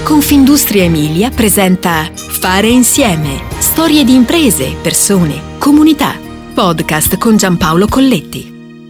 Confindustria Emilia presenta Fare insieme. Storie di imprese, persone, comunità. Podcast con Giampaolo Colletti.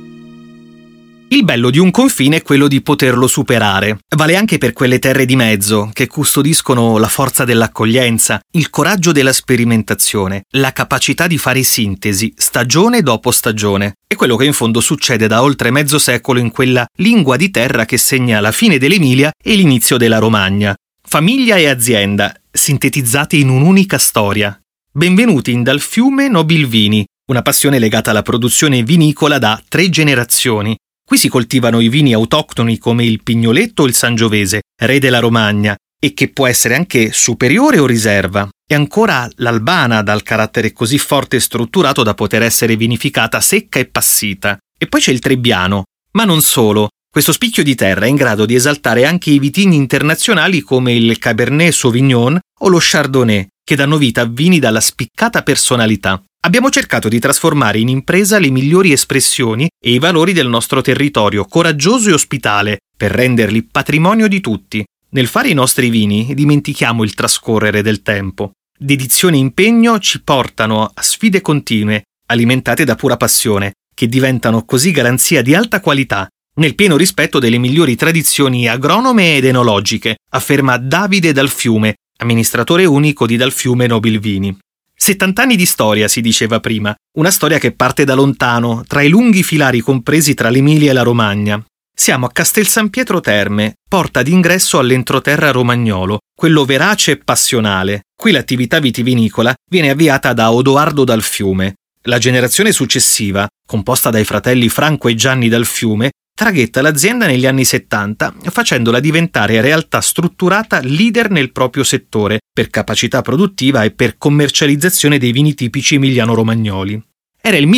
Il bello di un confine è quello di poterlo superare. Vale anche per quelle terre di mezzo che custodiscono la forza dell'accoglienza, il coraggio della sperimentazione, la capacità di fare sintesi stagione dopo stagione. È quello che in fondo succede da oltre mezzo secolo in quella lingua di terra che segna la fine dell'Emilia e l'inizio della Romagna. Famiglia e azienda, sintetizzati in un'unica storia. Benvenuti in Dal Fiume Nobilvini, una passione legata alla produzione vinicola da 3 generazioni. Qui si coltivano i vini autoctoni come il Pignoletto o il Sangiovese, re della Romagna, e che può essere anche superiore o riserva. E ancora l'Albana, dal carattere così forte e strutturato da poter essere vinificata secca e passita. E poi c'è il Trebbiano, ma non solo. Questo spicchio di terra è in grado di esaltare anche i vitigni internazionali come il Cabernet Sauvignon o lo Chardonnay, che danno vita a vini dalla spiccata personalità. Abbiamo cercato di trasformare in impresa le migliori espressioni e i valori del nostro territorio, coraggioso e ospitale, per renderli patrimonio di tutti. Nel fare i nostri vini dimentichiamo il trascorrere del tempo. Dedizione e impegno ci portano a sfide continue, alimentate da pura passione, che diventano così garanzia di alta qualità, nel pieno rispetto delle migliori tradizioni agronome ed enologiche, afferma Davide Dal Fiume, amministratore unico di Dal Fiume Nobilvini. 70 anni di storia, si diceva prima, una storia che parte da lontano, tra i lunghi filari compresi tra l'Emilia e la Romagna. Siamo a Castel San Pietro Terme, porta d'ingresso all'entroterra romagnolo, quello verace e passionale. Qui l'attività vitivinicola viene avviata da Odoardo Dal Fiume. La generazione successiva, composta dai fratelli Franco e Gianni Dal Fiume, traghetta l'azienda negli anni 70, facendola diventare realtà strutturata leader nel proprio settore, per capacità produttiva e per commercializzazione dei vini tipici emiliano-romagnoli. Era il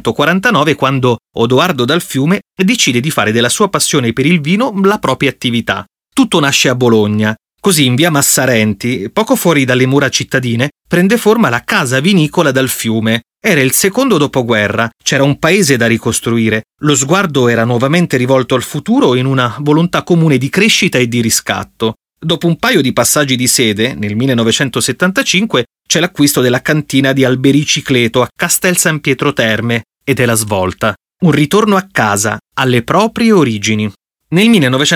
1949 quando Odoardo Dal Fiume decide di fare della sua passione per il vino la propria attività. Tutto nasce a Bologna. Così in via Massarenti, poco fuori dalle mura cittadine, prende forma la Casa Vinicola Dal Fiume. Era il secondo dopoguerra, c'era un paese da ricostruire, lo sguardo era nuovamente rivolto al futuro in una volontà comune di crescita e di riscatto. Dopo un paio di passaggi di sede, nel 1975, c'è l'acquisto della cantina di Albericicleto a Castel San Pietro Terme ed è la svolta. Un ritorno a casa, alle proprie origini. Nel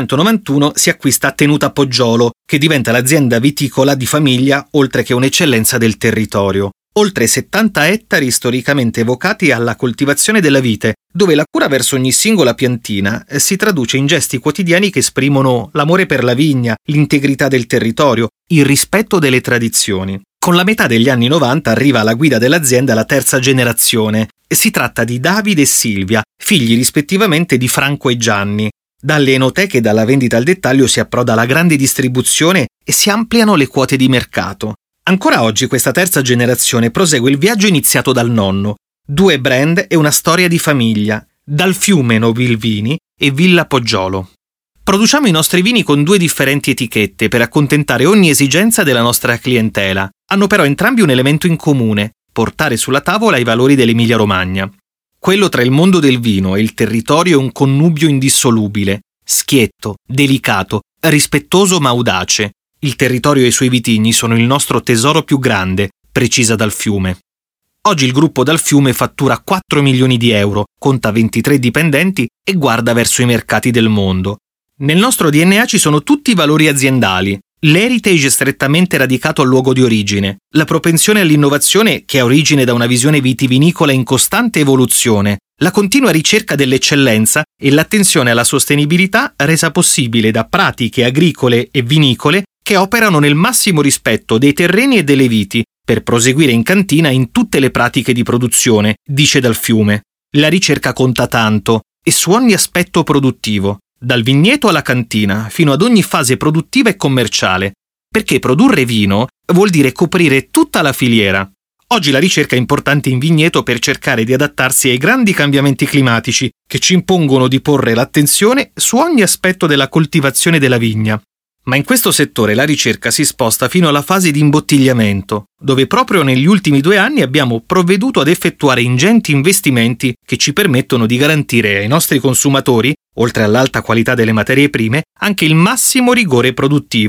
1991 si acquista Tenuta Poggiolo, che diventa l'azienda viticola di famiglia oltre che un'eccellenza del territorio. Oltre 70 ettari storicamente evocati alla coltivazione della vite, dove la cura verso ogni singola piantina si traduce in gesti quotidiani che esprimono l'amore per la vigna, l'integrità del territorio, il rispetto delle tradizioni. Con la metà degli anni 90 arriva alla guida dell'azienda la terza generazione. Si tratta di Davide e Silvia, figli rispettivamente di Franco e Gianni. Dalle enoteche e dalla vendita al dettaglio si approda alla grande distribuzione e si ampliano le quote di mercato. Ancora oggi questa terza generazione prosegue il viaggio iniziato dal nonno. 2 brand e una storia di famiglia, Dal Fiume Nobilvini e Villa Poggiolo. Produciamo i nostri vini con 2 differenti etichette per accontentare ogni esigenza della nostra clientela. Hanno però entrambi un elemento in comune, portare sulla tavola i valori dell'Emilia-Romagna. Quello tra il mondo del vino e il territorio è un connubio indissolubile, schietto, delicato, rispettoso ma audace. Il territorio e i suoi vitigni sono il nostro tesoro più grande, precisa Dal Fiume. Oggi il gruppo Dal Fiume fattura 4 milioni di euro, conta 23 dipendenti e guarda verso i mercati del mondo. Nel nostro DNA ci sono tutti i valori aziendali, l'heritage strettamente radicato al luogo di origine, la propensione all'innovazione che ha origine da una visione vitivinicola in costante evoluzione, la continua ricerca dell'eccellenza e l'attenzione alla sostenibilità resa possibile da pratiche agricole e vinicole che operano nel massimo rispetto dei terreni e delle viti per proseguire in cantina in tutte le pratiche di produzione, dice Dal Fiume. La ricerca conta tanto e su ogni aspetto produttivo, dal vigneto alla cantina fino ad ogni fase produttiva e commerciale, perché produrre vino vuol dire coprire tutta la filiera. Oggi la ricerca è importante in vigneto per cercare di adattarsi ai grandi cambiamenti climatici che ci impongono di porre l'attenzione su ogni aspetto della coltivazione della vigna. Ma in questo settore la ricerca si sposta fino alla fase di imbottigliamento, dove proprio negli ultimi 2 anni abbiamo provveduto ad effettuare ingenti investimenti che ci permettono di garantire ai nostri consumatori, oltre all'alta qualità delle materie prime, anche il massimo rigore produttivo.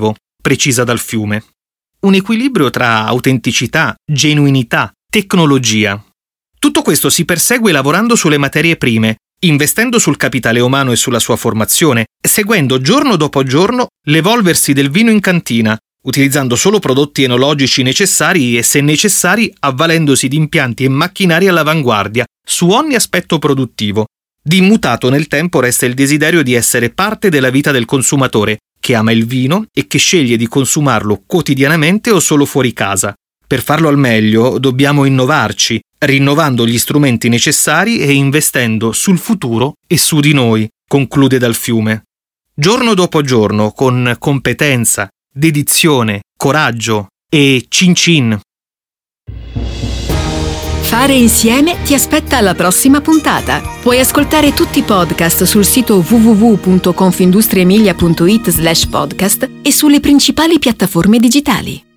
precisa dal fiume. Un equilibrio tra autenticità, genuinità, tecnologia. Tutto questo si persegue lavorando sulle materie prime, investendo sul capitale umano e sulla sua formazione, seguendo giorno dopo giorno l'evolversi del vino in cantina, utilizzando solo prodotti enologici necessari e, se necessari, avvalendosi di impianti e macchinari all'avanguardia su ogni aspetto produttivo. Di immutato nel tempo resta il desiderio di essere parte della vita del consumatore, che ama il vino e che sceglie di consumarlo quotidianamente o solo fuori casa. Per farlo al meglio dobbiamo innovarci, rinnovando gli strumenti necessari e investendo sul futuro e su di noi, conclude dal fiume. Giorno dopo giorno, con competenza, dedizione, coraggio e cin cin. Fare insieme ti aspetta alla prossima puntata. Puoi ascoltare tutti i podcast sul sito www.confindustriemilia.it/podcast e sulle principali piattaforme digitali.